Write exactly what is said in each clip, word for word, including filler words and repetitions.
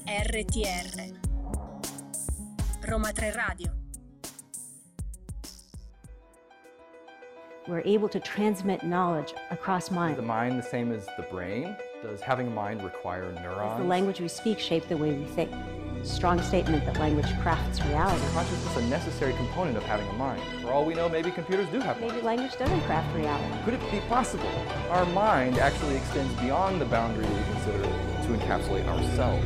R T R Roma tre Radio. We're able to transmit knowledge across mind. Is the mind the same as the brain? Does having a mind require neurons? Does the language we speak shape the way we think? Strong statement that language crafts reality. Consciousness is a necessary component of having a mind. For all we know, maybe computers do have Maybe minds. language doesn't craft reality. Could it be possible our mind actually extends beyond the boundary we consider to encapsulate ourselves?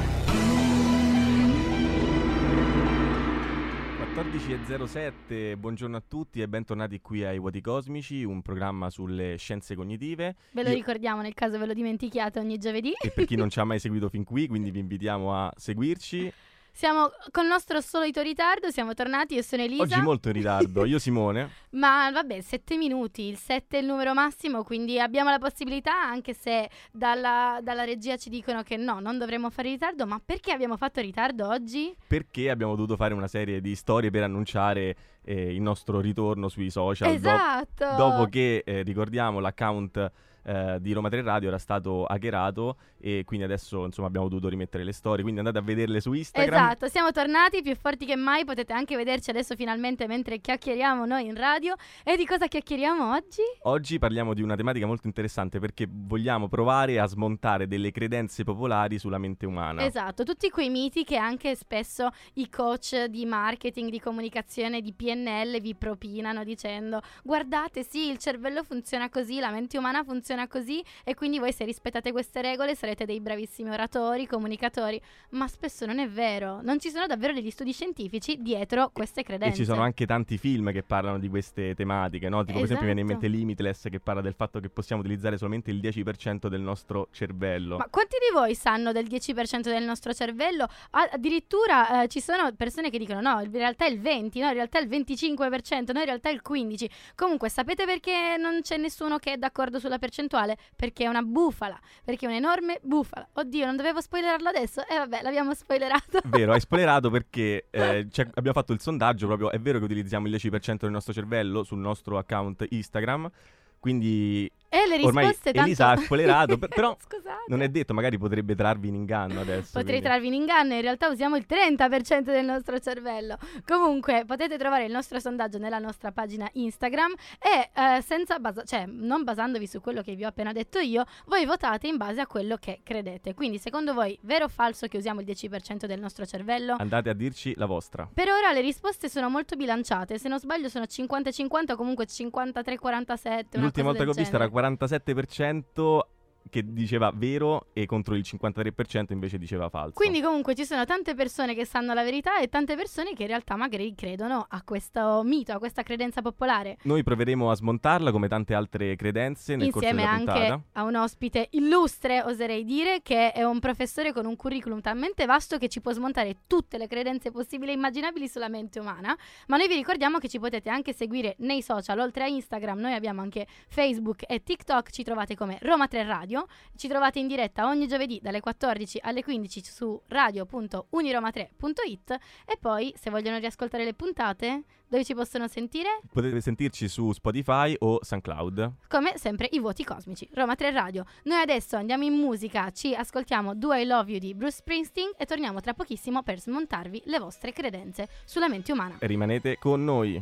quattordici e zero sette, buongiorno a tutti e bentornati qui ai Vuoti Cosmici, un programma sulle scienze cognitive. Ve lo Io- ricordiamo nel caso ve lo dimentichiate ogni giovedì. E per chi non ci ha mai seguito fin qui, quindi vi invitiamo a seguirci. Siamo con il nostro solito ritardo, siamo tornati, io sono Elisa. Oggi molto in ritardo, io Simone. Ma vabbè, sette minuti, il sette è il numero massimo, quindi abbiamo la possibilità, anche se dalla, dalla regia ci dicono che no, non dovremmo fare ritardo. Ma perché abbiamo fatto ritardo oggi? Perché abbiamo dovuto fare una serie di storie per annunciare eh, il nostro ritorno sui social. do- Esatto! dopo che, eh, ricordiamo, l'account eh, di Roma tre Radio era stato hackerato e quindi adesso insomma abbiamo dovuto rimettere le storie, quindi andate a vederle su Instagram. Esatto, siamo tornati più forti che mai, potete anche vederci adesso finalmente mentre chiacchieriamo noi in radio. E di cosa chiacchieriamo oggi? Oggi parliamo di una tematica molto interessante perché vogliamo provare a smontare delle credenze popolari sulla mente umana. Esatto, tutti quei miti che anche spesso i coach di marketing, di comunicazione, di P N L vi propinano dicendo: guardate, sì, il cervello funziona così, la mente umana funziona così, e quindi voi, se rispettate queste regole, sarete dei bravissimi oratori, comunicatori. Ma spesso non è vero, non ci sono davvero degli studi scientifici dietro queste credenze. E ci sono anche tanti film che parlano di queste tematiche, no? Tipo per esempio mi viene in mente Esatto. Limitless, che parla del fatto che possiamo utilizzare solamente il dieci per cento del nostro cervello. Ma quanti di voi sanno del dieci per cento del nostro cervello? A- addirittura eh, ci sono persone che dicono no, in realtà è il venti, no, in realtà è il venticinque per cento, no, in realtà è il quindici per cento. Comunque, sapete perché non c'è nessuno che è d'accordo sulla percentuale? Perché è una bufala, perché è un'enorme bufala. Oddio, non dovevo spoilerarlo adesso? E eh, vabbè, l'abbiamo spoilerato. Vero, hai spoilerato perché eh, c'è- abbiamo fatto il sondaggio proprio, è vero che utilizziamo il dieci per cento del nostro cervello sul nostro account Instagram, quindi E le ormai risposte tanto... Elisa ha spoilerato, per- però Scusate. non è detto, magari potrebbe trarvi in inganno adesso. Potrei quindi- trarvi in inganno, in realtà usiamo il trenta per cento del nostro cervello. Comunque potete trovare il nostro sondaggio nella nostra pagina Instagram e eh, senza basa- cioè non basandovi su quello che vi ho appena detto io, voi votate in base a quello che credete. Quindi secondo voi, vero o falso che usiamo il dieci per cento del nostro cervello? Andate a dirci la vostra. Per ora le risposte sono molto bilanciate, se non sbaglio sono cinquanta e cinquanta o comunque cinquantatré quarantasette. una L'ultima cosa volta che ho del visto era genere. quarantasette per cento che diceva vero e contro il cinquantatré per cento invece diceva falso. Quindi comunque ci sono tante persone che sanno la verità e tante persone che in realtà magari credono a questo mito, a questa credenza popolare. Noi proveremo a smontarla come tante altre credenze nel Insieme corso della anche puntata. a un ospite illustre, oserei dire, che è un professore con un curriculum talmente vasto che ci può smontare tutte le credenze possibili e immaginabili sulla mente umana. Ma noi vi ricordiamo che ci potete anche seguire nei social, oltre a Instagram noi abbiamo anche Facebook e TikTok, ci trovate come Roma tre Radio. Ci trovate in diretta ogni giovedì dalle quattordici alle quindici su radio punto uniroma tre punto it. E poi, se vogliono riascoltare le puntate, dove ci possono sentire? Potete sentirci su Spotify o SoundCloud. Come sempre i Vuoti Cosmici, Roma tre Radio. Noi adesso andiamo in musica, ci ascoltiamo Do I Love You di Bruce Springsteen e torniamo tra pochissimo per smontarvi le vostre credenze sulla mente umana. Rimanete con noi.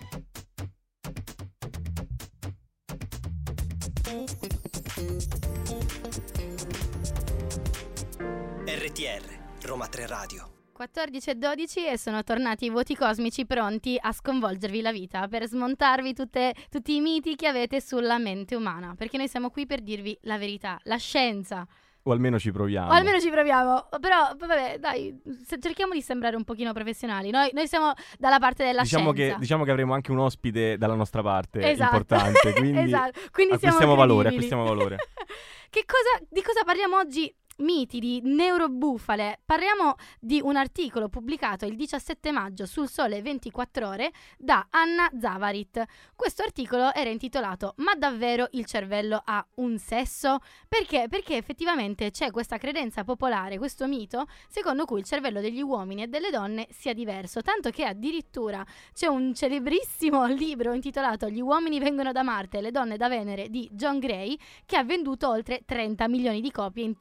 R T R Roma tre Radio. quattordici e dodici e sono tornati i Vuoti Cosmici pronti a sconvolgervi la vita, per smontarvi tutte, tutti i miti che avete sulla mente umana, perché noi siamo qui per dirvi la verità, la scienza. O almeno ci proviamo. O almeno ci proviamo. Però, vabbè, dai, se- cerchiamo di sembrare un pochino professionali. Noi, noi siamo dalla parte della diciamo scienza. che, diciamo che avremo anche un ospite dalla nostra parte Esatto. importante, quindi, Esatto. Quindi siamo acquistiamo valore, credibili. acquistiamo valore. Che cosa, di cosa parliamo oggi? Miti, di neurobufale. Parliamo di un articolo pubblicato il diciassette maggio sul Sole ventiquattro Ore da Anna Zavarit. Questo articolo era intitolato "Ma davvero il cervello ha un sesso?" Perché? Perché effettivamente c'è questa credenza popolare, questo mito, secondo cui il cervello degli uomini e delle donne sia diverso, tanto che addirittura c'è un celebrissimo libro intitolato "Gli uomini vengono da Marte e le donne da Venere" di John Gray, che ha venduto oltre trenta milioni di copie in tutto il mondo.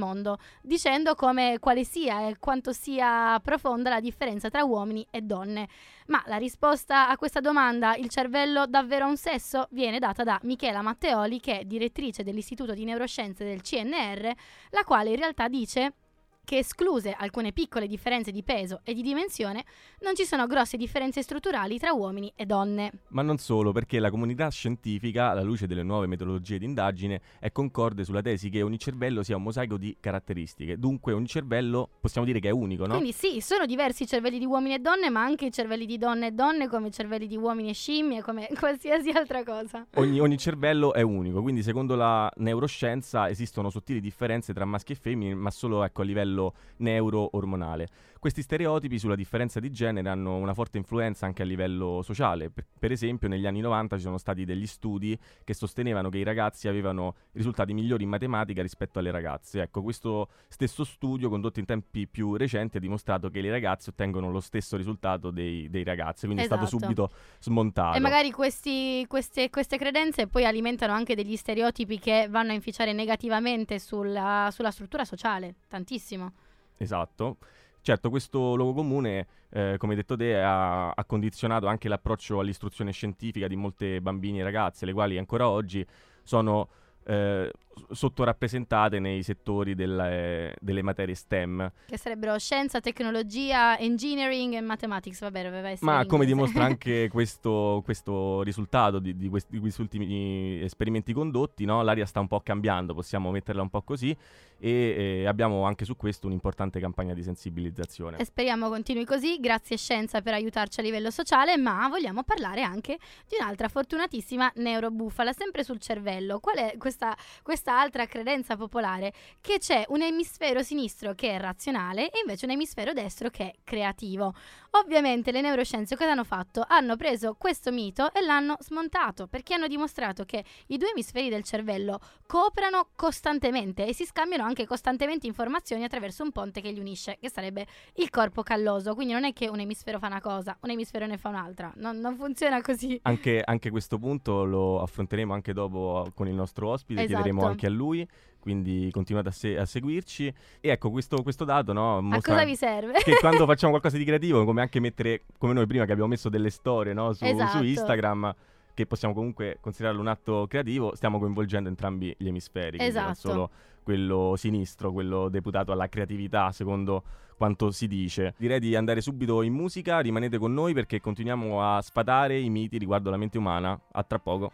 mondo, dicendo come quale sia e quanto sia profonda la differenza tra uomini e donne. Ma la risposta a questa domanda, il cervello davvero ha un sesso, viene data da Michela Matteoli, che è direttrice dell'Istituto di Neuroscienze del C N R, la quale in realtà dice che, escluse alcune piccole differenze di peso e di dimensione, non ci sono grosse differenze strutturali tra uomini e donne. Ma non solo, perché la comunità scientifica, alla luce delle nuove metodologie di indagine, è concorde sulla tesi che ogni cervello sia un mosaico di caratteristiche. Dunque ogni cervello possiamo dire che è unico, no? Quindi sì, sono diversi i cervelli di uomini e donne, ma anche i cervelli di donne e donne, come i cervelli di uomini e scimmie, come qualsiasi altra cosa. Ogni, ogni cervello è unico, quindi secondo la neuroscienza esistono sottili differenze tra maschi e femmine, ma solo ecco, a livello neuro-ormonale. Questi stereotipi sulla differenza di genere hanno una forte influenza anche a livello sociale. Per, per esempio, negli anni novanta ci sono stati degli studi che sostenevano che i ragazzi avevano risultati migliori in matematica rispetto alle ragazze. Ecco, questo stesso studio, condotto in tempi più recenti, ha dimostrato che le ragazze ottengono lo stesso risultato dei, dei ragazzi, quindi Esatto. è stato subito smontato. E magari questi, queste, queste credenze poi alimentano anche degli stereotipi che vanno a inficiare negativamente sulla, sulla struttura sociale, tantissimo. Esatto. Certo, questo luogo comune, eh, come hai detto te, ha, ha condizionato anche l'approccio all'istruzione scientifica di molte bambine e ragazze, le quali ancora oggi sono eh, sottorappresentate nei settori delle, delle materie STEM. Che sarebbero scienza, tecnologia, engineering e mathematics, vabbè, doveva essere Ma in come inglese. dimostra anche questo, questo risultato di, di, questi, di questi ultimi esperimenti condotti, no? L'aria sta un po' cambiando, possiamo metterla un po' così, e eh, abbiamo anche su questo un'importante campagna di sensibilizzazione. E speriamo continui così, grazie Scienza per aiutarci a livello sociale, ma vogliamo parlare anche di un'altra fortunatissima neurobufala, sempre sul cervello. Qual è questa, questa altra credenza popolare? Che c'è un emisfero sinistro che è razionale e invece un emisfero destro che è creativo. Ovviamente le neuroscienze cosa hanno fatto? Hanno preso questo mito e l'hanno smontato, perché hanno dimostrato che i due emisferi del cervello cooperano costantemente e si scambiano anche costantemente informazioni attraverso un ponte che li unisce, che sarebbe il corpo calloso. Quindi non è che un emisfero fa una cosa, un emisfero ne fa un'altra, non, non funziona così. Anche, anche questo punto lo affronteremo anche dopo con il nostro ospite, Esatto. chiederemo anche a lui, quindi continuate a, se- a seguirci. E ecco, questo, questo dato, no, A mostra cosa vi serve? che quando facciamo qualcosa di creativo, come anche mettere, come noi prima che abbiamo messo delle storie, no, su, Esatto. su Instagram, che possiamo comunque considerarlo un atto creativo, stiamo coinvolgendo entrambi gli emisferi, quindi non Esatto. solo quello sinistro, quello deputato alla creatività, secondo quanto si dice. Direi di andare subito in musica, rimanete con noi perché continuiamo a sfatare i miti riguardo la mente umana. A tra poco.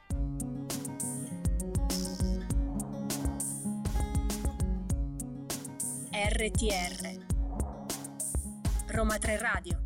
R T R Roma tre Radio.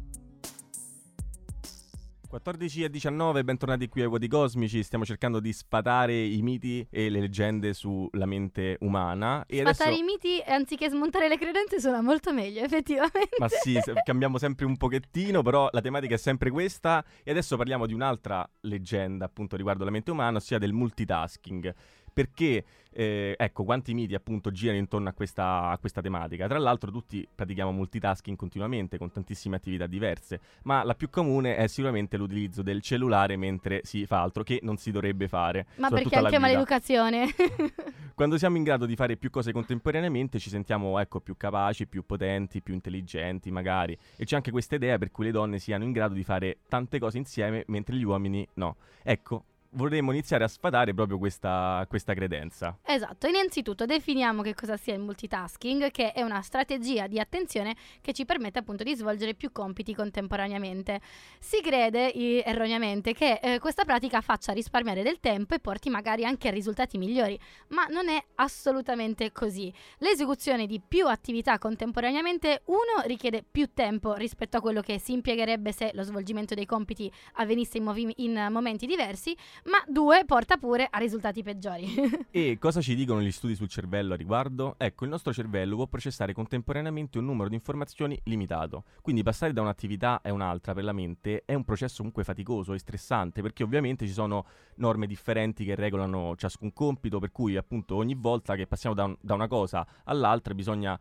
quattordici e diciannove, bentornati qui ai Vuoti Cosmici. Stiamo cercando di sfatare i miti e le leggende sulla mente umana. E Sfatare adesso... i miti anziché smontare le credenze suona molto meglio, effettivamente. Ma sì, se- cambiamo sempre un pochettino, però la tematica è sempre questa. E adesso parliamo di un'altra leggenda, appunto, riguardo la mente umana, ossia del multitasking. Perché, eh, ecco, quanti miti appunto girano intorno a questa, a questa tematica. Tra l'altro tutti pratichiamo multitasking continuamente, con tantissime attività diverse, ma la più comune è sicuramente l'utilizzo del cellulare mentre si fa altro, che non si dovrebbe fare. Ma soprattutto perché alla anche guida. maleducazione? Quando siamo in grado di fare più cose contemporaneamente ci sentiamo, ecco, più capaci, più potenti, più intelligenti magari. E c'è anche questa idea per cui le donne siano in grado di fare tante cose insieme mentre gli uomini no. Ecco, vorremmo iniziare a sfatare proprio questa, questa credenza. Esatto, innanzitutto definiamo che cosa sia il multitasking, che è una strategia di attenzione che ci permette appunto di svolgere più compiti contemporaneamente. Si crede i- erroneamente che eh, questa pratica faccia risparmiare del tempo e porti magari anche a risultati migliori, ma non è assolutamente così. L'esecuzione di più attività contemporaneamente, uno, richiede più tempo rispetto a quello che si impiegherebbe se lo svolgimento dei compiti avvenisse in, movi- in momenti diversi, ma due, porta pure a risultati peggiori. E cosa ci dicono gli studi sul cervello a riguardo? Ecco, il nostro cervello può processare contemporaneamente un numero di informazioni limitato, quindi passare da un'attività a un'altra per la mente è un processo comunque faticoso e stressante, perché ovviamente ci sono norme differenti che regolano ciascun compito, per cui appunto ogni volta che passiamo da, un- da una cosa all'altra bisogna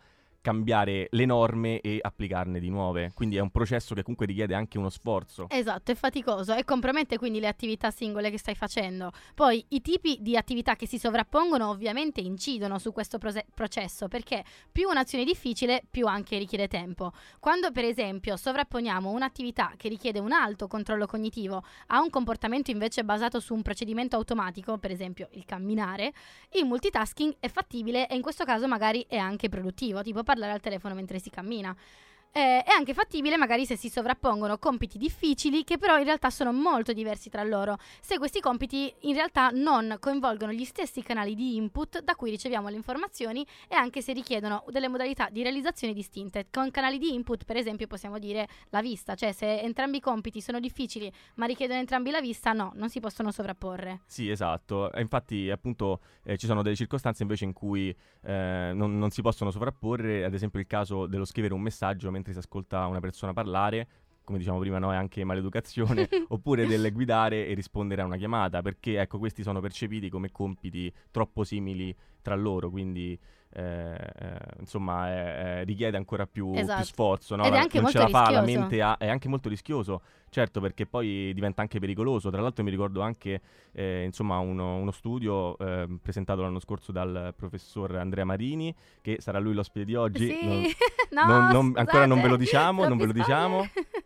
cambiare le norme e applicarne di nuove. Quindi è un processo che comunque richiede anche uno sforzo. Esatto, è faticoso e compromette quindi le attività singole che stai facendo. Poi i tipi di attività che si sovrappongono ovviamente incidono su questo prose- processo, perché più un'azione è difficile, più anche richiede tempo. Quando per esempio sovrapponiamo un'attività che richiede un alto controllo cognitivo a un comportamento invece basato su un procedimento automatico, per esempio il camminare, il multitasking è fattibile e in questo caso magari è anche produttivo, tipo parlare al telefono mentre si cammina. Eh, è anche fattibile magari se si sovrappongono compiti difficili che però in realtà sono molto diversi tra loro, se questi compiti in realtà non coinvolgono gli stessi canali di input da cui riceviamo le informazioni e anche se richiedono delle modalità di realizzazione distinte. Con canali di input per esempio possiamo dire la vista, cioè se entrambi i compiti sono difficili ma richiedono entrambi la vista, no, non si possono sovrapporre. Sì, esatto. E infatti appunto eh, ci sono delle circostanze invece in cui eh, non, non si possono sovrapporre, ad esempio il caso dello scrivere un messaggio mentre si ascolta una persona parlare, come diciamo prima, no, è anche maleducazione, oppure del guidare e rispondere a una chiamata, perché ecco questi sono percepiti come compiti troppo simili tra loro, quindi eh, eh, insomma è, è, richiede ancora più, esatto. più sforzo, no? Ed è La, anche non molto ce la fa, la rischioso. mente ha, è anche molto rischioso, certo, perché poi diventa anche pericoloso. Tra l'altro mi ricordo anche eh, insomma uno, uno studio eh, presentato l'anno scorso dal professor Andrea Marini, che sarà lui l'ospite di oggi. Sì. Non, no, non, non, scusate, ancora non ve lo diciamo, non ve lo troppi diciamo. spoiler.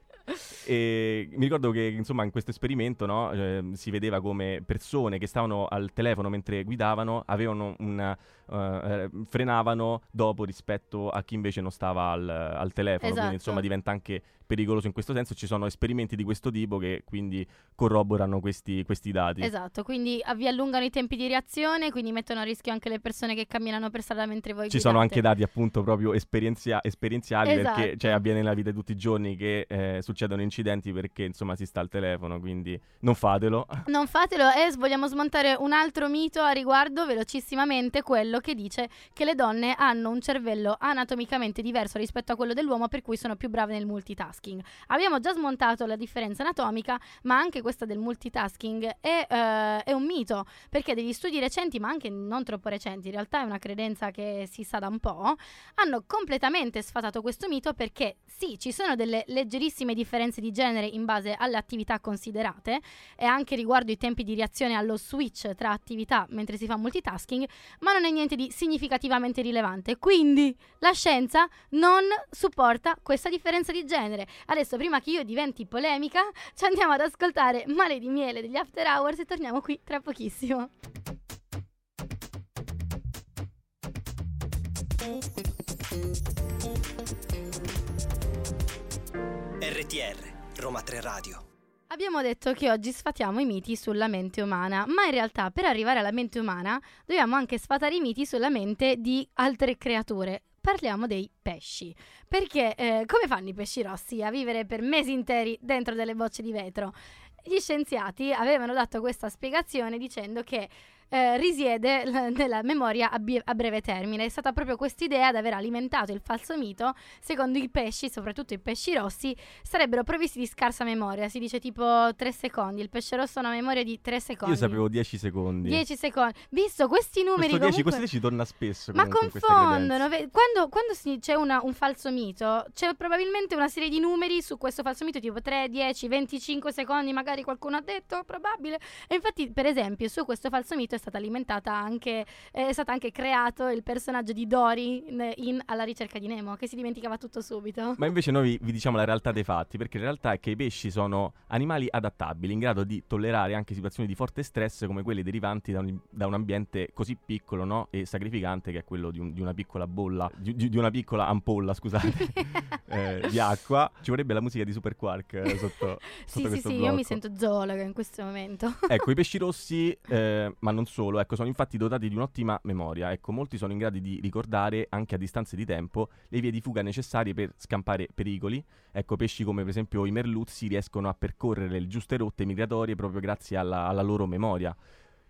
E mi ricordo che insomma in questo esperimento, no, eh, si vedeva come persone che stavano al telefono mentre guidavano avevano una, uh, eh, frenavano dopo rispetto a chi invece non stava al, al telefono. Esatto. Quindi insomma diventa anche pericoloso in questo senso. Ci sono esperimenti di questo tipo che quindi corroborano questi, questi dati. Esatto, quindi vi allungano i tempi di reazione, quindi mettono a rischio anche le persone che camminano per strada mentre voi Ci guidate. sono anche dati appunto proprio esperienzia- esperienziali, Esatto. perché cioè, avviene nella vita di tutti i giorni che eh, succedono incidenti perché insomma si sta al telefono, quindi non fatelo. Non fatelo. E vogliamo smontare un altro mito a riguardo velocissimamente, quello che dice che le donne hanno un cervello anatomicamente diverso rispetto a quello dell'uomo, per cui sono più brave nel multitasking. Abbiamo già smontato la differenza anatomica, ma anche questa del multitasking è, eh, è un mito, perché degli studi recenti, ma anche non troppo recenti, in realtà è una credenza che si sa da un po', hanno completamente sfatato questo mito, perché sì, ci sono delle leggerissime differenze di genere in base alle attività considerate e anche riguardo i tempi di reazione allo switch tra attività mentre si fa multitasking, ma non è niente di significativamente rilevante. Quindi la scienza non supporta questa differenza di genere. Adesso, prima che io diventi polemica, ci andiamo ad ascoltare Mare di miele degli After Hours e torniamo qui tra pochissimo. R T R, Roma tre Radio. Abbiamo detto che oggi sfatiamo i miti sulla mente umana, ma in realtà per arrivare alla mente umana dobbiamo anche sfatare i miti sulla mente di altre creature. Parliamo dei pesci, perché eh, come fanno i pesci rossi a vivere per mesi interi dentro delle bocce di vetro? Gli scienziati avevano dato questa spiegazione dicendo che eh, risiede l- nella memoria a, bie- a breve termine. È stata proprio quest'idea ad aver alimentato il falso mito secondo i pesci, soprattutto i pesci rossi, sarebbero provvisti di scarsa memoria. Si dice tipo tre secondi. Il pesce rosso ha una memoria di tre secondi. Io sapevo dieci secondi. dieci secondi. Visto questi numeri Questo dieci, comunque... questo dieci torna spesso. Ma comunque in queste confondono. credenze. ve- Quando, quando si- c'è una- un falso mito, c'è probabilmente una serie di numeri su questo falso mito, tipo tre, dieci, venticinque secondi, magari qualcuno ha detto, probabile. E infatti, per esempio, su questo falso mito è stata alimentata anche, eh, è stato anche creato il personaggio di Dory in, in Alla ricerca di Nemo, che si dimenticava tutto subito. Ma invece noi vi diciamo la realtà dei fatti, perché la realtà è che i pesci sono animali adattabili, in grado di tollerare anche situazioni di forte stress come quelle derivanti da un, da un ambiente così piccolo, no? E sacrificante, che è quello di, un- di una piccola bolla, di, di- di una piccola ampolla, scusate, eh, di acqua. Ci vorrebbe la musica di Super Quark eh, sotto, Sì, sotto sì, questo sì, io blocco. mi sento zoologa in questo momento. Ecco, i pesci rossi, eh, ma non solo, ecco, sono infatti dotati di un'ottima memoria. Ecco, molti sono in grado di ricordare, anche a distanze di tempo, le vie di fuga necessarie per scampare pericoli. Ecco, pesci come per esempio i merluzzi riescono a percorrere le giuste rotte migratorie proprio grazie alla, alla loro memoria.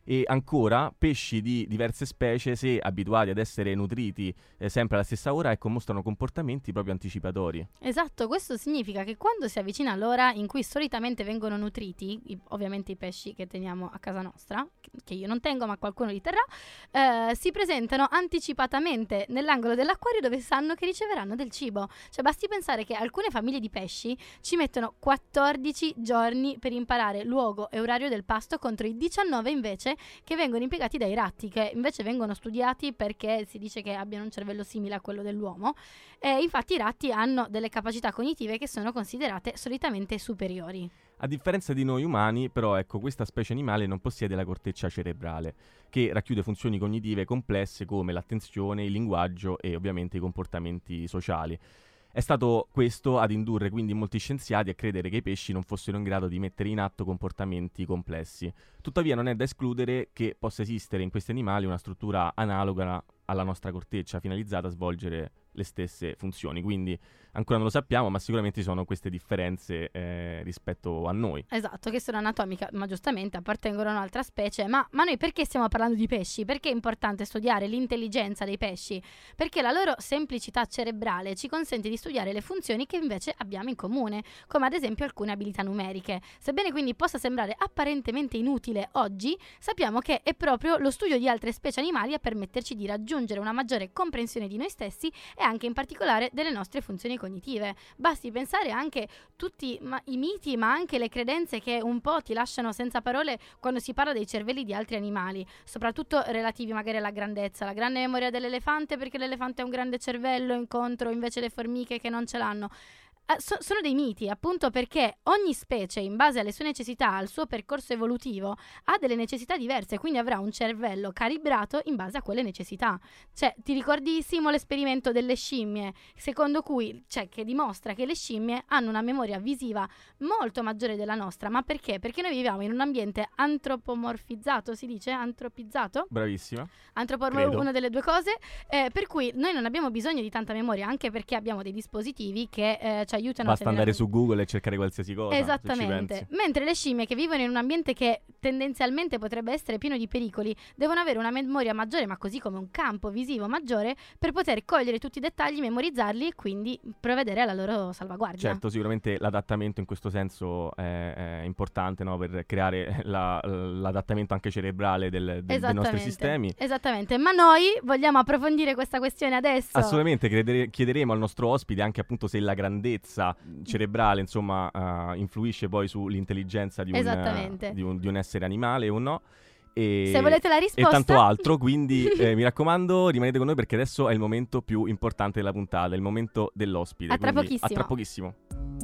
E ancora, pesci di diverse specie, se abituati ad essere nutriti eh, sempre alla stessa ora, ecco, mostrano comportamenti proprio anticipatori. Esatto, questo significa che quando si avvicina l'ora in cui solitamente vengono nutriti, i- ovviamente i pesci che teniamo a casa nostra, che- che io non tengo ma qualcuno li terrà, eh, si presentano anticipatamente nell'angolo dell'acquario dove sanno che riceveranno del cibo. Cioè basti pensare che alcune famiglie di pesci ci mettono quattordici giorni per imparare luogo e orario del pasto, contro i diciannove invece che vengono impiegati dai ratti, che invece vengono studiati perché si dice che abbiano un cervello simile a quello dell'uomo. E infatti i ratti hanno delle capacità cognitive che sono considerate solitamente superiori. A differenza di noi umani, però, ecco, questa specie animale non possiede la corteccia cerebrale, che racchiude funzioni cognitive complesse come l'attenzione, il linguaggio e ovviamente i comportamenti sociali. È stato questo ad indurre quindi molti scienziati a credere che i pesci non fossero in grado di mettere in atto comportamenti complessi. Tuttavia non è da escludere che possa esistere in questi animali una struttura analoga alla nostra corteccia, finalizzata a svolgere le stesse funzioni. Quindi ancora non lo sappiamo, ma sicuramente ci sono queste differenze eh, rispetto a noi. Esatto, che sono anatomica, ma giustamente appartengono a un'altra specie. Ma, ma noi perché stiamo parlando di pesci? Perché è importante studiare l'intelligenza dei pesci? Perché la loro semplicità cerebrale ci consente di studiare le funzioni che invece abbiamo in comune, come ad esempio alcune abilità numeriche. Sebbene quindi possa sembrare apparentemente inutile oggi, sappiamo che è proprio lo studio di altre specie animali a permetterci di raggiungere una maggiore comprensione di noi stessi e anche in particolare delle nostre funzioni cognitive. Basti pensare anche tutti ma, i miti, ma anche le credenze che un po' ti lasciano senza parole quando si parla dei cervelli di altri animali, soprattutto relativi magari alla grandezza, la grande memoria dell'elefante perché l'elefante ha un grande cervello incontro invece le formiche che non ce l'hanno. Eh, so- sono dei miti, appunto perché ogni specie, in base alle sue necessità, al suo percorso evolutivo, ha delle necessità diverse, quindi avrà un cervello calibrato in base a quelle necessità. Cioè, ti ricordi Simo l'esperimento delle scimmie, secondo cui, cioè, che dimostra che le scimmie hanno una memoria visiva molto maggiore della nostra, ma perché? Perché noi viviamo in un ambiente antropomorfizzato, si dice? Antropizzato? Bravissima. Antropomorfizzato, Credo. una delle due cose, eh, per cui noi non abbiamo bisogno di tanta memoria, anche perché abbiamo dei dispositivi che eh, ci aiutano Basta a tenere andare su Google e cercare qualsiasi cosa. se ci Esattamente. pensi. Mentre le scimmie che vivono in un ambiente che tendenzialmente potrebbe essere pieno di pericoli devono avere una memoria maggiore, ma così come un campo visivo maggiore, per poter cogliere tutti i dettagli, memorizzarli e quindi provvedere alla loro salvaguardia. Certo, sicuramente l'adattamento in questo senso è, è importante, no? Per creare la- l'adattamento anche cerebrale del- del- dei nostri Esattamente. sistemi. Esattamente. Ma noi vogliamo approfondire questa questione adesso. Assolutamente, credere- chiederemo al nostro ospite anche appunto se la grandezza cerebrale, insomma, eh, influisce poi sull'intelligenza di un, Esattamente. di un, di un essere animale o no. E, Se volete la e risposta tanto altro, quindi eh, mi raccomando, rimanete con noi perché adesso è il momento più importante della puntata, il momento dell'ospite. A tra quindi pochissimo. A tra pochissimo.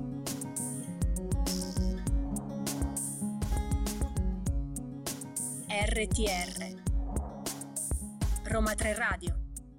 R T R Roma tre Radio.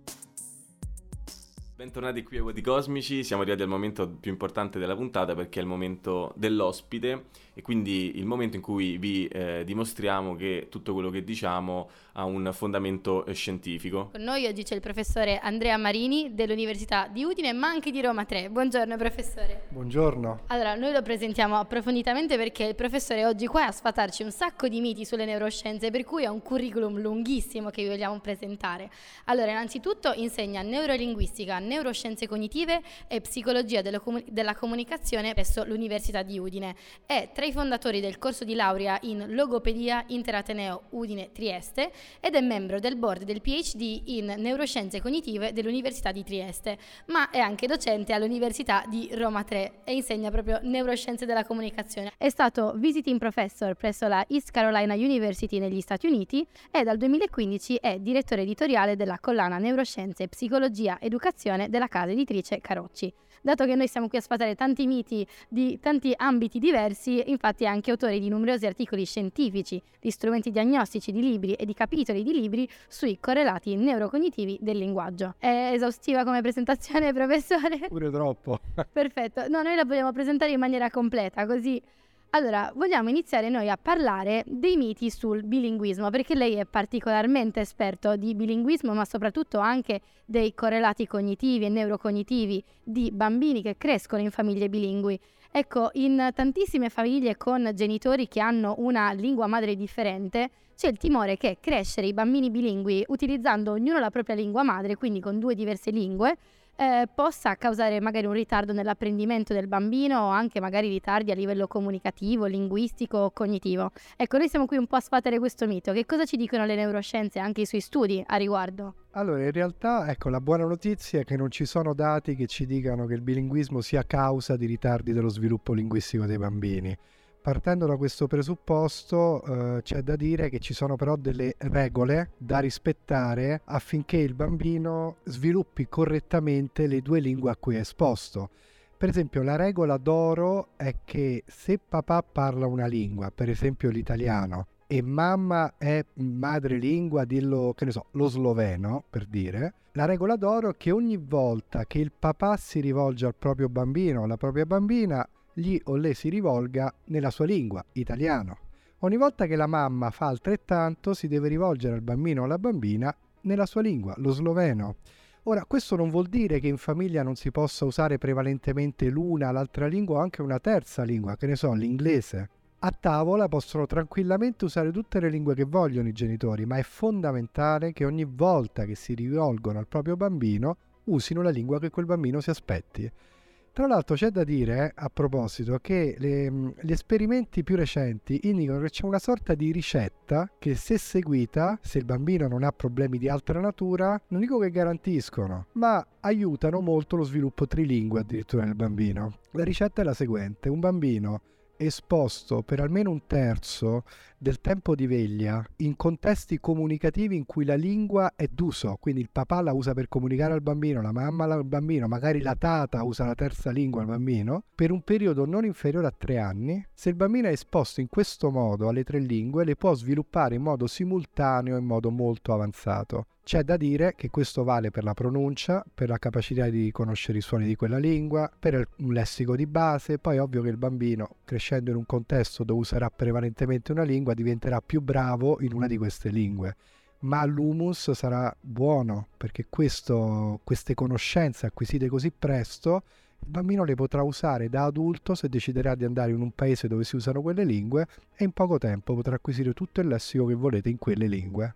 Bentornati qui ai Vuoti Cosmici, siamo arrivati al momento più importante della puntata perché è il momento dell'ospite e quindi il momento in cui vi eh, dimostriamo che tutto quello che diciamo ha un fondamento eh, scientifico. Con noi oggi c'è il professore Andrea Marini dell'Università di Udine, ma anche di Roma tre. Buongiorno professore. Buongiorno. Allora, noi lo presentiamo approfonditamente perché il professore è oggi qua a sfatarci un sacco di miti sulle neuroscienze, per cui ha un curriculum lunghissimo che vi vogliamo presentare. Allora, innanzitutto insegna neurolinguistica, neuroscienze cognitive e psicologia della, comu- della comunicazione presso l'Università di Udine. È tra i fondatori del corso di laurea in logopedia Interateneo Udine Trieste ed è membro del board del P H D in neuroscienze cognitive dell'Università di Trieste, ma è anche docente all'Università di Roma tre e insegna proprio neuroscienze della comunicazione. È stato visiting professor presso la East Carolina University negli Stati Uniti e dal duemilaquindici è direttore editoriale della collana Neuroscienze, Psicologia, Educazione della casa editrice Carocci. Dato che noi siamo qui a sfatare tanti miti di tanti ambiti diversi, infatti è anche autore di numerosi articoli scientifici, di strumenti diagnostici, di libri e di capitoli di libri sui correlati neurocognitivi del linguaggio. È esaustiva come presentazione, professore? Pure troppo. Perfetto. No, noi la vogliamo presentare in maniera completa, così. Allora, vogliamo iniziare noi a parlare dei miti sul bilinguismo, perché lei è particolarmente esperto di bilinguismo, ma soprattutto anche dei correlati cognitivi e neurocognitivi di bambini che crescono in famiglie bilingui. Ecco, in tantissime famiglie con genitori che hanno una lingua madre differente, c'è il timore che crescere i bambini bilingui utilizzando ognuno la propria lingua madre, quindi con due diverse lingue, eh, possa causare magari un ritardo nell'apprendimento del bambino o anche magari ritardi a livello comunicativo, linguistico o cognitivo. Ecco, noi siamo qui un po' a sfatare questo mito. Che cosa ci dicono le neuroscienze e anche i suoi studi a riguardo? Allora, in realtà, ecco, la buona notizia è che non ci sono dati che ci dicano che il bilinguismo sia causa di ritardi dello sviluppo linguistico dei bambini. Partendo da questo presupposto, eh, c'è da dire che ci sono però delle regole da rispettare affinché il bambino sviluppi correttamente le due lingue a cui è esposto. Per esempio, la regola d'oro è che se papà parla una lingua, per esempio l'italiano, e mamma è madrelingua, dillo, che ne so, lo sloveno, per dire, la regola d'oro è che ogni volta che il papà si rivolge al proprio bambino o alla propria bambina, gli o lei si rivolga nella sua lingua, italiano. Ogni volta che la mamma fa altrettanto, si deve rivolgere al bambino o alla bambina nella sua lingua, lo sloveno. Ora, questo non vuol dire che in famiglia non si possa usare prevalentemente l'una, l'altra lingua o anche una terza lingua, che ne so, l'inglese. A tavola possono tranquillamente usare tutte le lingue che vogliono i genitori, ma è fondamentale che ogni volta che si rivolgono al proprio bambino usino la lingua che quel bambino si aspetti. Tra l'altro c'è da dire, a proposito, che le, gli esperimenti più recenti indicano che c'è una sorta di ricetta che, se seguita, se il bambino non ha problemi di altra natura, non dico che garantiscono, ma aiutano molto lo sviluppo trilingue addirittura nel bambino. La ricetta è la seguente: un bambino esposto per almeno un terzo del tempo di veglia in contesti comunicativi in cui la lingua è d'uso, quindi il papà la usa per comunicare al bambino, la mamma al bambino, magari la tata usa la terza lingua al bambino, per un periodo non inferiore a tre anni, se il bambino è esposto in questo modo alle tre lingue, le può sviluppare in modo simultaneo e in modo molto avanzato. C'è da dire che questo vale per la pronuncia, per la capacità di conoscere i suoni di quella lingua, per un lessico di base. Poi è ovvio che il bambino, crescendo in un contesto dove userà prevalentemente una lingua, diventerà più bravo in una di queste lingue. Ma l'humus sarà buono, perché questo, queste conoscenze acquisite così presto, il bambino le potrà usare da adulto se deciderà di andare in un paese dove si usano quelle lingue, e in poco tempo potrà acquisire tutto il lessico che volete in quelle lingue.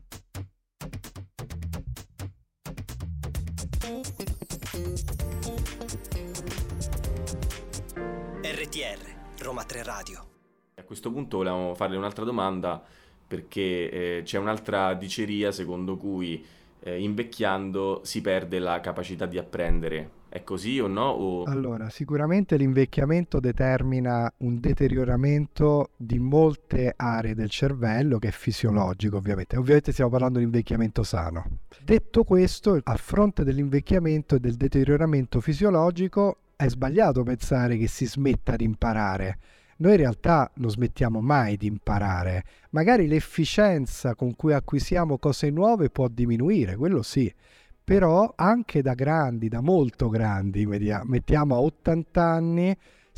R T R, Roma tre Radio. A questo punto volevamo farle un'altra domanda, perché eh, c'è un'altra diceria secondo cui eh, invecchiando si perde la capacità di apprendere. È così o no? O... Allora, sicuramente l'invecchiamento determina un deterioramento di molte aree del cervello, che è fisiologico, ovviamente. Ovviamente stiamo parlando di invecchiamento sano. Detto questo, a fronte dell'invecchiamento e del deterioramento fisiologico, è sbagliato pensare che si smetta di imparare. Noi in realtà non smettiamo mai di imparare. Magari l'efficienza con cui acquisiamo cose nuove può diminuire, quello sì. Però anche da grandi, da molto grandi, mettiamo a ottanta anni,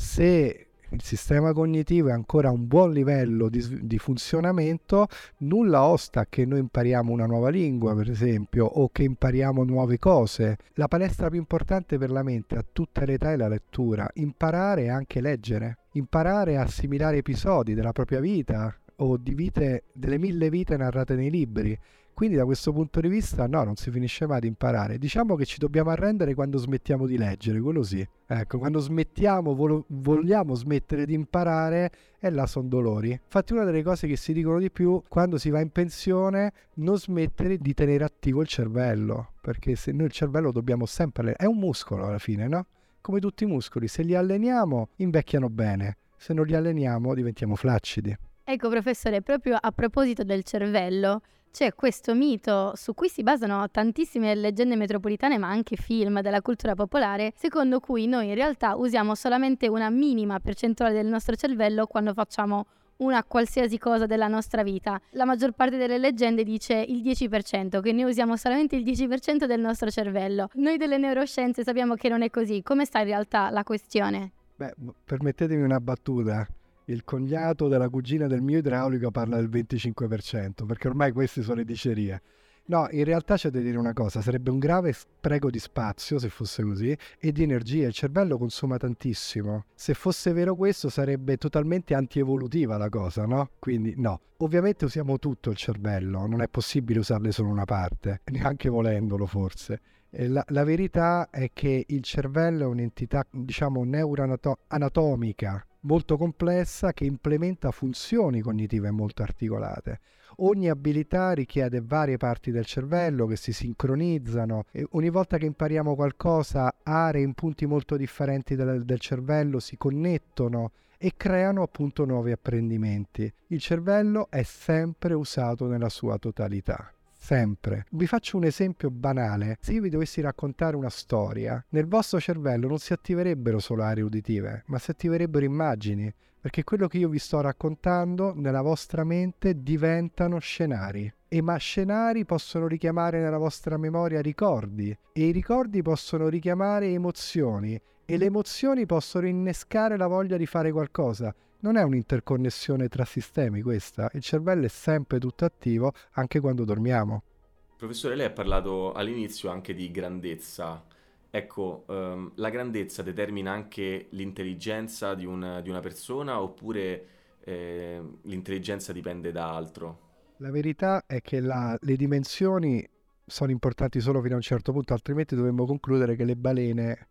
se il sistema cognitivo è ancora a un buon livello di, di funzionamento, nulla osta che noi impariamo una nuova lingua, per esempio, o che impariamo nuove cose. La palestra più importante per la mente a tutte le età è la lettura. Imparare e anche leggere. Imparare a assimilare episodi della propria vita o di vite, delle mille vite narrate nei libri. Quindi da questo punto di vista no, non si finisce mai di imparare. Diciamo che ci dobbiamo arrendere quando smettiamo di leggere, quello sì. Ecco, quando smettiamo, vol- vogliamo smettere di imparare, e là sono dolori. Infatti una delle cose che si dicono di più, quando si va in pensione, non smettere di tenere attivo il cervello, perché se noi il cervello dobbiamo sempre allenare. È un muscolo alla fine, no? Come tutti i muscoli, se li alleniamo invecchiano bene, se non li alleniamo diventiamo flaccidi. Ecco professore, proprio a proposito del cervello, c'è questo mito su cui si basano tantissime leggende metropolitane, ma anche film della cultura popolare, secondo cui noi in realtà usiamo solamente una minima percentuale del nostro cervello quando facciamo una qualsiasi cosa della nostra vita. La maggior parte delle leggende dice il dieci per cento, che noi usiamo solamente il dieci per cento del nostro cervello. Noi delle neuroscienze sappiamo che non è così. Come sta in realtà la questione? Beh, permettetemi una battuta. Il cognato della cugina del mio idraulico parla del venticinque per cento, perché ormai queste sono le dicerie. No, in realtà c'è da dire una cosa, sarebbe un grave spreco di spazio se fosse così e di energia, il cervello consuma tantissimo. Se fosse vero questo sarebbe totalmente antievolutiva la cosa, no? Quindi no. Ovviamente usiamo tutto il cervello, non è possibile usarne solo una parte, neanche volendolo forse. E La, la verità è che il cervello è un'entità, diciamo, neuroanatomica molto complessa che implementa funzioni cognitive molto articolate. Ogni abilità richiede varie parti del cervello che si sincronizzano e ogni volta che impariamo qualcosa, aree in punti molto differenti del, del cervello si connettono e creano appunto nuovi apprendimenti. Il cervello è sempre usato nella sua totalità. Sempre. Vi faccio un esempio banale. Se io vi dovessi raccontare una storia, nel vostro cervello non si attiverebbero solo aree uditive, ma si attiverebbero immagini, perché quello che io vi sto raccontando nella vostra mente diventano scenari. E ma scenari possono richiamare nella vostra memoria ricordi, e i ricordi possono richiamare emozioni, e le emozioni possono innescare la voglia di fare qualcosa. Non è un'interconnessione tra sistemi questa, il cervello è sempre tutto attivo anche quando dormiamo. Professore, lei ha parlato all'inizio anche di grandezza. Ecco, ehm, la grandezza determina anche l'intelligenza di, un, di una persona oppure eh, l'intelligenza dipende da altro? La verità è che la, le dimensioni sono importanti solo fino a un certo punto, altrimenti dovremmo concludere che le balene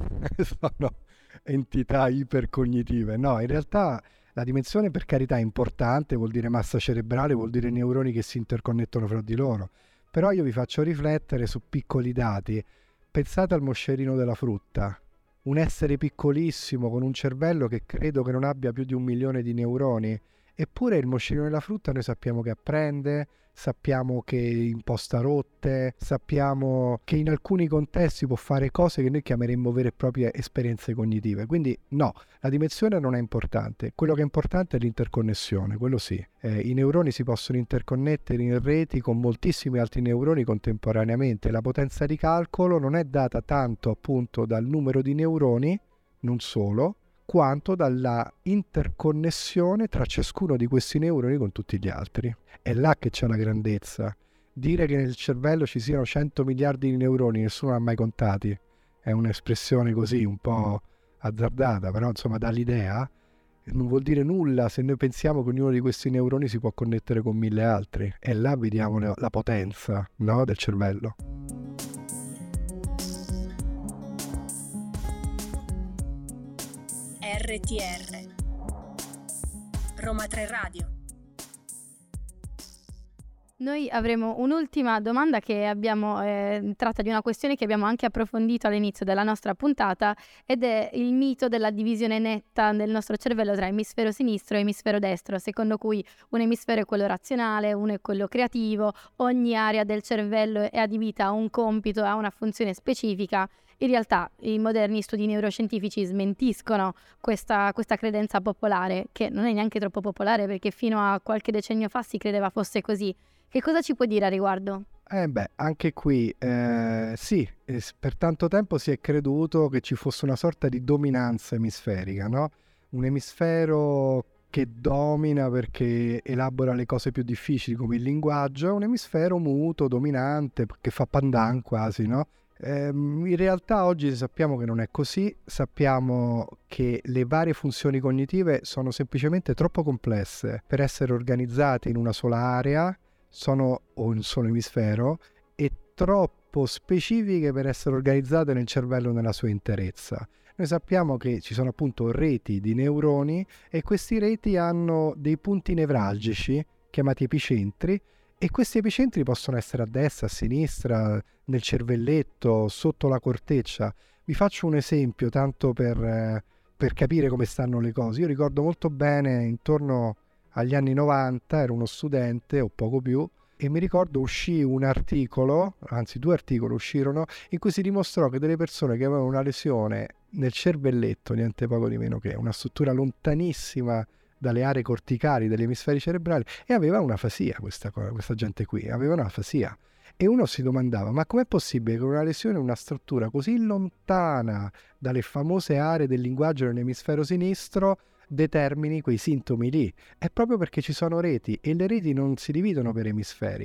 sono entità ipercognitive. No, in realtà la dimensione, per carità, è importante, vuol dire massa cerebrale, vuol dire neuroni che si interconnettono fra di loro. Però io vi faccio riflettere su piccoli dati. Pensate al moscerino della frutta, un essere piccolissimo con un cervello che credo che non abbia più di un milione di neuroni. Eppure il moscerino della frutta noi sappiamo che apprende, sappiamo che imposta rotte, sappiamo che in alcuni contesti può fare cose che noi chiameremmo vere e proprie esperienze cognitive. Quindi no, la dimensione non è importante, quello che è importante è l'interconnessione, quello sì. Eh, I neuroni si possono interconnettere in reti con moltissimi altri neuroni contemporaneamente. La potenza di calcolo non è data tanto appunto dal numero di neuroni, non solo, quanto dalla interconnessione tra ciascuno di questi neuroni con tutti gli altri. È là che c'è la grandezza. Dire che nel cervello ci siano cento miliardi di neuroni, nessuno l'ha mai contati, è un'espressione così un po' azzardata, però insomma dà l'idea. Non vuol dire nulla se noi pensiamo che ognuno di questi neuroni si può connettere con mille altri. E là vediamo la potenza, no, del cervello. R T R Roma tre Radio. Noi avremo un'ultima domanda che abbiamo eh, tratta di una questione che abbiamo anche approfondito all'inizio della nostra puntata, ed è il mito della divisione netta del nostro cervello tra emisfero sinistro e emisfero destro, secondo cui un emisfero è quello razionale, uno è quello creativo, ogni area del cervello è adibita a un compito, a una funzione specifica. In realtà i moderni studi neuroscientifici smentiscono questa, questa credenza popolare, che non è neanche troppo popolare perché fino a qualche decennio fa si credeva fosse così. Che cosa ci puoi dire a riguardo? Eh beh, anche qui eh, sì, eh, per tanto tempo si è creduto che ci fosse una sorta di dominanza emisferica, no? Un emisfero che domina perché elabora le cose più difficili come il linguaggio, un emisfero muto, dominante, che fa pandan quasi, no? Ehm, in realtà oggi sappiamo che non è così, sappiamo che le varie funzioni cognitive sono semplicemente troppo complesse per essere organizzate in una sola area, sono o in un solo emisfero, e troppo specifiche per essere organizzate nel cervello nella sua interezza. Noi sappiamo che ci sono appunto reti di neuroni e questi reti hanno dei punti nevralgici chiamati epicentri, e questi epicentri possono essere a destra, a sinistra, nel cervelletto, sotto la corteccia. Vi faccio un esempio tanto per, eh, per capire come stanno le cose. Io ricordo molto bene, intorno agli anni novanta, ero uno studente o poco più, e mi ricordo uscì un articolo, anzi due articoli uscirono, in cui si dimostrò che delle persone che avevano una lesione nel cervelletto, niente poco di meno che una struttura lontanissima dalle aree corticali degli emisferi cerebrali, e aveva un'afasia questa, questa gente qui, aveva un'afasia. E uno si domandava, ma com'è possibile che una lesione in una struttura così lontana dalle famose aree del linguaggio nell'emisfero sinistro determini quei sintomi lì? È proprio perché ci sono reti, e le reti non si dividono per emisferi.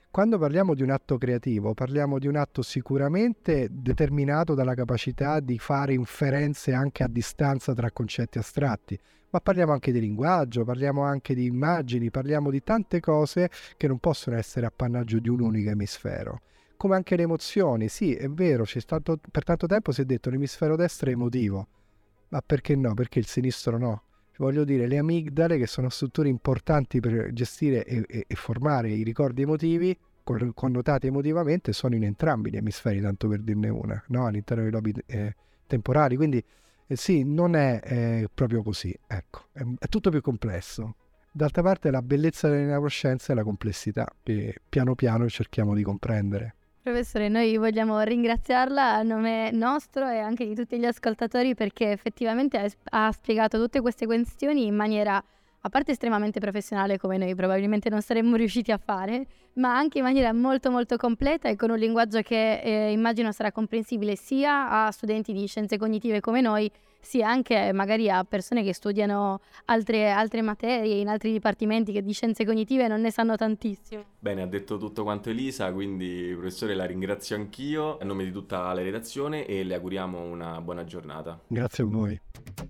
Quando parliamo di un atto creativo, parliamo di un atto sicuramente determinato dalla capacità di fare inferenze anche a distanza tra concetti astratti, ma parliamo anche di linguaggio, parliamo anche di immagini, parliamo di tante cose che non possono essere appannaggio di un unico emisfero. Come anche le emozioni, sì, è vero, c'è stato, per tanto tempo si è detto l'emisfero destro è emotivo, ma perché no? Perché il sinistro no? Voglio dire, le amigdale, che sono strutture importanti per gestire e, e, e formare i ricordi emotivi, con- connotati emotivamente, sono in entrambi gli emisferi, tanto per dirne una, no? All'interno dei lobi eh, temporali. Quindi eh, sì, non è eh, proprio così, ecco, è, è tutto più complesso. D'altra parte la bellezza delle neuroscienze è la complessità, che piano piano cerchiamo di comprendere. Professore, noi vogliamo ringraziarla a nome nostro e anche di tutti gli ascoltatori, perché effettivamente ha, es- ha spiegato tutte queste questioni in maniera, a parte estremamente professionale, come noi probabilmente non saremmo riusciti a fare, ma anche in maniera molto molto completa e con un linguaggio che eh, immagino sarà comprensibile sia a studenti di scienze cognitive come noi, sia anche magari a persone che studiano altre, altre materie in altri dipartimenti che di scienze cognitive non ne sanno tantissimo. Bene, ha detto tutto quanto Elisa, quindi professore la ringrazio anch'io a nome di tutta la redazione e le auguriamo una buona giornata. Grazie a voi.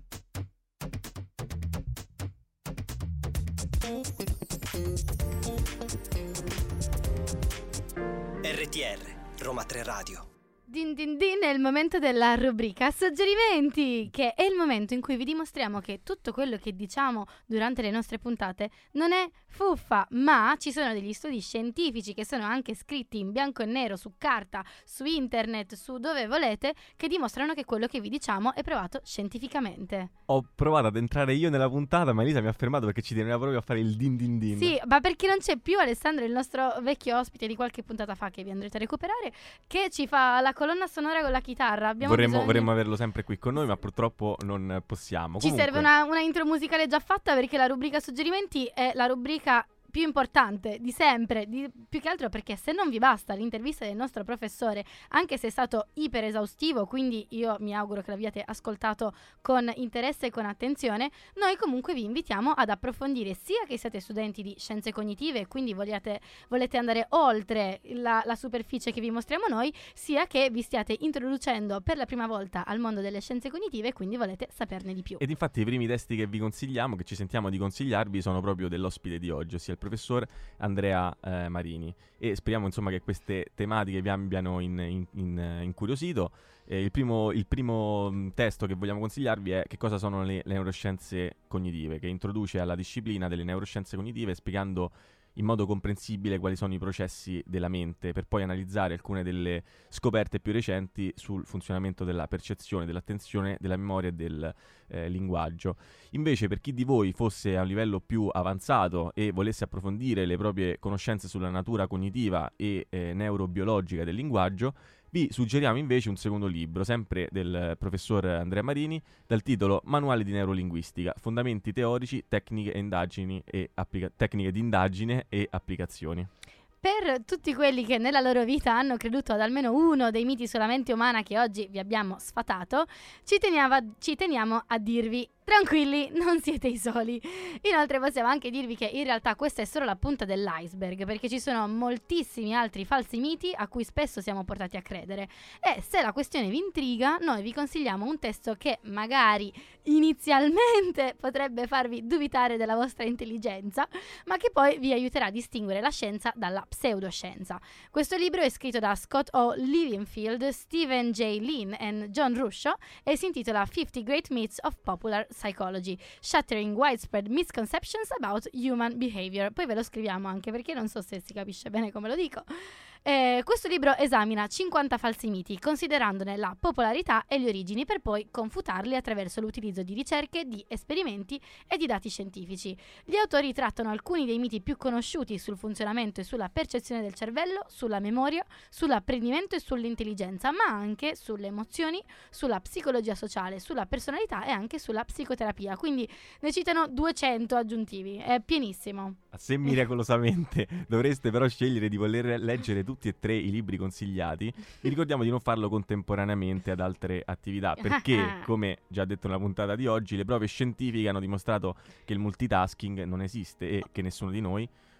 R T R, Roma tre Radio. Din din din, è il momento della rubrica suggerimenti, che è il momento in cui vi dimostriamo che tutto quello che diciamo durante le nostre puntate non è fuffa, ma ci sono degli studi scientifici che sono anche scritti in bianco e nero su carta, su internet, su dove volete, che dimostrano che quello che vi diciamo è provato scientificamente. Ho provato ad entrare io nella puntata, ma Elisa mi ha fermato perché ci teneva proprio a fare il din din din. Sì, ma perché non c'è più Alessandro, il nostro vecchio ospite di qualche puntata fa, che vi andrete a recuperare, che ci fa la colonna sonora con la chitarra. Abbiamo Vorremmo, bisogno- vorremmo averlo sempre qui con noi, ma purtroppo non possiamo. Ci Comunque, serve una, una intro musicale già fatta, perché la rubrica suggerimenti è la rubrica più importante di sempre, di, più che altro perché se non vi basta l'intervista del nostro professore, anche se è stato iper esaustivo, quindi io mi auguro che l'abbiate ascoltato con interesse e con attenzione, noi comunque vi invitiamo ad approfondire, sia che siate studenti di scienze cognitive e quindi vogliate, volete andare oltre la, la superficie che vi mostriamo noi, sia che vi stiate introducendo per la prima volta al mondo delle scienze cognitive e quindi volete saperne di più. Ed infatti i primi testi che vi consigliamo, che ci sentiamo di consigliarvi, sono proprio dell'ospite di oggi, ossia il professor Andrea eh, Marini, e speriamo insomma che queste tematiche vi abbiano in, in, in, incuriosito. Eh, il primo, il primo mh, testo che vogliamo consigliarvi è Che cosa sono le, le neuroscienze cognitive, che introduce alla disciplina delle neuroscienze cognitive spiegando in modo comprensibile quali sono i processi della mente, per poi analizzare alcune delle scoperte più recenti sul funzionamento della percezione, dell'attenzione, della memoria e del eh, linguaggio. Invece, per chi di voi fosse a un livello più avanzato e volesse approfondire le proprie conoscenze sulla natura cognitiva e eh, neurobiologica del linguaggio, vi suggeriamo invece un secondo libro, sempre del professor Andrea Marini, dal titolo Manuale di neurolinguistica, fondamenti teorici, tecniche e indagini e applica- tecniche di indagine e applicazioni. Per tutti quelli che nella loro vita hanno creduto ad almeno uno dei miti sulla mente umana che oggi vi abbiamo sfatato, ci teniamo a, ci teniamo a dirvi: tranquilli, non siete i soli. Inoltre possiamo anche dirvi che in realtà questa è solo la punta dell'iceberg, perché ci sono moltissimi altri falsi miti a cui spesso siamo portati a credere. E se la questione vi intriga, noi vi consigliamo un testo che magari inizialmente potrebbe farvi dubitare della vostra intelligenza, ma che poi vi aiuterà a distinguere la scienza dalla pseudoscienza. Questo libro è scritto da Scott O. Livienfield, Stephen J. Lean e John Ruscio e si intitola fifty Great Myths of Popular Psychology, Shattering Widespread Misconceptions About Human Behavior. Poi ve lo scriviamo anche perché non so se si capisce bene come lo dico. Eh, questo libro esamina cinquanta falsi miti, considerandone la popolarità e le origini, per poi confutarli attraverso l'utilizzo di ricerche, di esperimenti e di dati scientifici. Gli autori trattano alcuni dei miti più conosciuti sul funzionamento e sulla percezione del cervello, sulla memoria, sull'apprendimento e sull'intelligenza, ma anche sulle emozioni, sulla psicologia sociale, sulla personalità e anche sulla psicoterapia. Quindi ne citano duecento aggiuntivi, è pienissimo. Se miracolosamente dovreste però scegliere di voler leggere tutti e tre i libri consigliati, vi ricordiamo di non farlo contemporaneamente ad altre attività, perché, come già detto nella puntata di oggi, le prove scientifiche hanno dimostrato che il multitasking non esiste e che nessuno di noi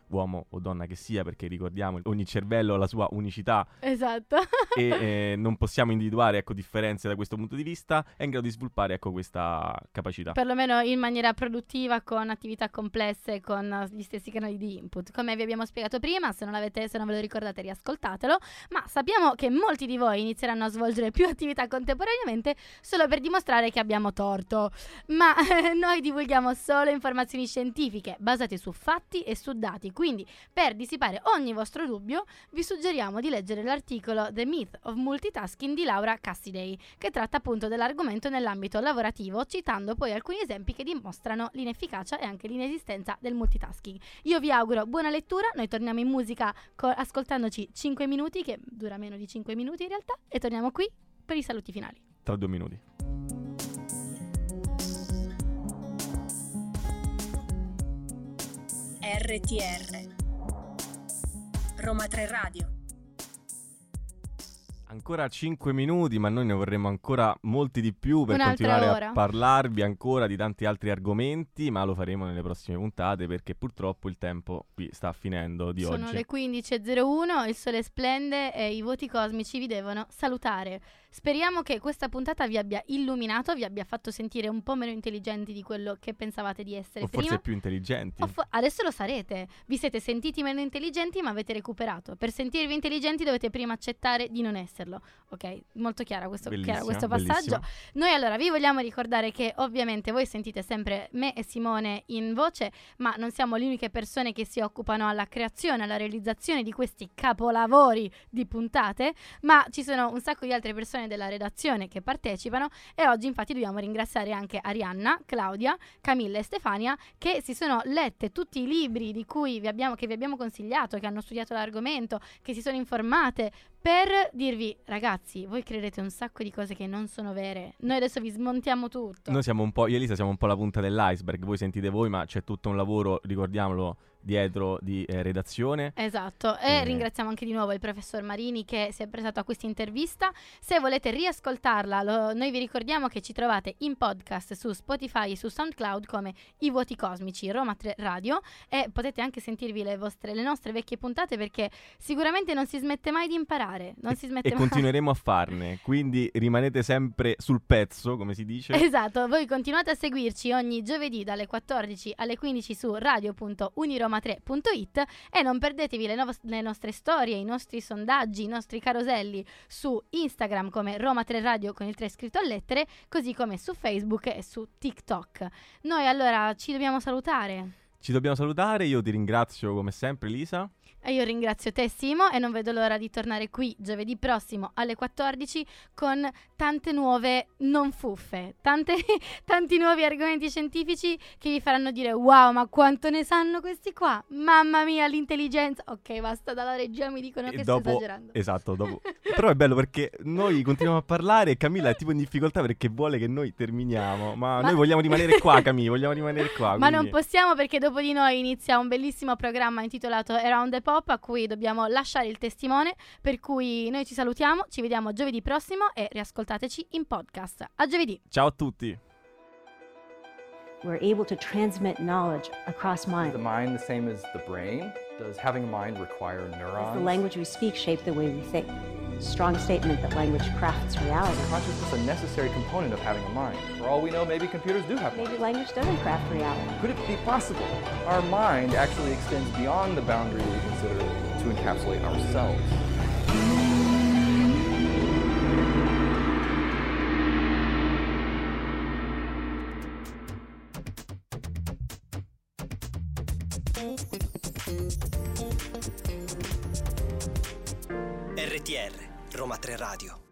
uomo o donna che sia, perché ricordiamo ogni cervello ha la sua unicità Esatto. e eh, non possiamo individuare ecco, differenze da questo punto di vista, è in grado di sviluppare ecco, questa capacità. Perlomeno in maniera produttiva, con attività complesse, con gli stessi canali di input. Come vi abbiamo spiegato prima, se non l'avete, se non ve lo ricordate, riascoltatelo. Ma sappiamo che molti di voi inizieranno a svolgere più attività contemporaneamente solo per dimostrare che abbiamo torto. Ma eh, noi divulghiamo solo informazioni scientifiche basate su fatti e su dati. Quindi, per dissipare ogni vostro dubbio, vi suggeriamo di leggere l'articolo The Myth of Multitasking di Laura Cassidy, che tratta appunto dell'argomento nell'ambito lavorativo, citando poi alcuni esempi che dimostrano l'inefficacia e anche l'inesistenza del multitasking. Io vi auguro buona lettura, noi torniamo in musica co- ascoltandoci cinque minuti, che dura meno di cinque minuti in realtà, e torniamo qui per i saluti finali. Tra due minuti. R T R Roma tre Radio. Ancora cinque minuti, ma noi ne vorremmo ancora molti di più per Un'altra continuare ora. a parlarvi ancora di tanti altri argomenti, ma lo faremo nelle prossime puntate perché purtroppo il tempo qui sta finendo di Sono oggi. le quindici e zero uno, il sole splende e i voti cosmici vi devono salutare. Speriamo che questa puntata vi abbia illuminato, vi abbia fatto sentire un po' meno intelligenti di quello che pensavate di essere O prima. forse più intelligenti. O fo- adesso lo sarete. Vi siete sentiti meno intelligenti, ma avete recuperato. Per sentirvi intelligenti dovete prima accettare di non esserlo. Ok, molto chiaro questo, chiaro questo passaggio. Bellissimo. Noi allora vi vogliamo ricordare che ovviamente voi sentite sempre me e Simone in voce, ma non siamo le uniche persone che si occupano alla creazione, alla realizzazione di questi capolavori di puntate, ma ci sono un sacco di altre persone della redazione che partecipano, e oggi infatti dobbiamo ringraziare anche Arianna, Claudia, Camilla e Stefania, che si sono lette tutti i libri di cui vi abbiamo, che vi abbiamo consigliato, che hanno studiato l'argomento, che si sono informate, per dirvi: ragazzi, voi credete un sacco di cose che non sono vere, noi adesso vi smontiamo tutto. Noi siamo un po', io e Elisa siamo un po' la punta dell'iceberg, voi sentite voi, ma c'è tutto un lavoro, ricordiamolo, dietro di eh, redazione. Esatto, e Eh. ringraziamo anche di nuovo il professor Marini che si è prestato a questa intervista. Se volete riascoltarla, lo- noi vi ricordiamo che ci trovate in podcast su Spotify e su SoundCloud come I Voti Cosmici Roma tre Radio, e potete anche sentirvi le, vostre, le nostre vecchie puntate, perché sicuramente non si smette mai di imparare, non si smette E mai. continueremo a farne, quindi rimanete sempre sul pezzo, come si dice. Esatto, voi continuate a seguirci ogni giovedì dalle quattordici alle quindici su radio punto uniroma tre punto it, e non perdetevi le, no- le nostre storie, i nostri sondaggi, i nostri caroselli su Instagram come Roma tre Radio con il tre scritto a lettere, così come su Facebook e su TikTok. Noi allora ci dobbiamo salutare. Ci dobbiamo salutare, io ti ringrazio come sempre, Elisa. E io ringrazio te, Simo, e non vedo l'ora di tornare qui giovedì prossimo alle quattordici con tante nuove non fuffe, tante, tanti nuovi argomenti scientifici che vi faranno dire: wow, ma quanto ne sanno questi qua, mamma mia l'intelligenza. Ok, basta, dalla regia mi dicono E che dopo- sto esagerando. Esatto, dopo. Però è bello perché noi continuiamo a parlare e Camilla è tipo in difficoltà perché vuole che noi terminiamo, ma, Ma- noi vogliamo rimanere qua, Camilla, vogliamo rimanere qua. Ma quindi- non possiamo, perché dopo di noi inizia un bellissimo programma intitolato Around the Pop, a cui dobbiamo lasciare il testimone, per cui noi ci salutiamo, ci vediamo giovedì prossimo e riascoltateci in podcast. A giovedì! Ciao a tutti. We're able to transmit knowledge across Is the mind. mind the same as the brain? Does having a mind require Does neurons? the language we speak shape the way we think? Strong statement that language crafts reality. Is consciousness a necessary component of having a mind? For all we know, maybe computers do have Maybe minds. language doesn't craft reality. Could it be possible? Our mind actually extends beyond the boundary we consider to encapsulate ourselves. R T R Roma tre Radio.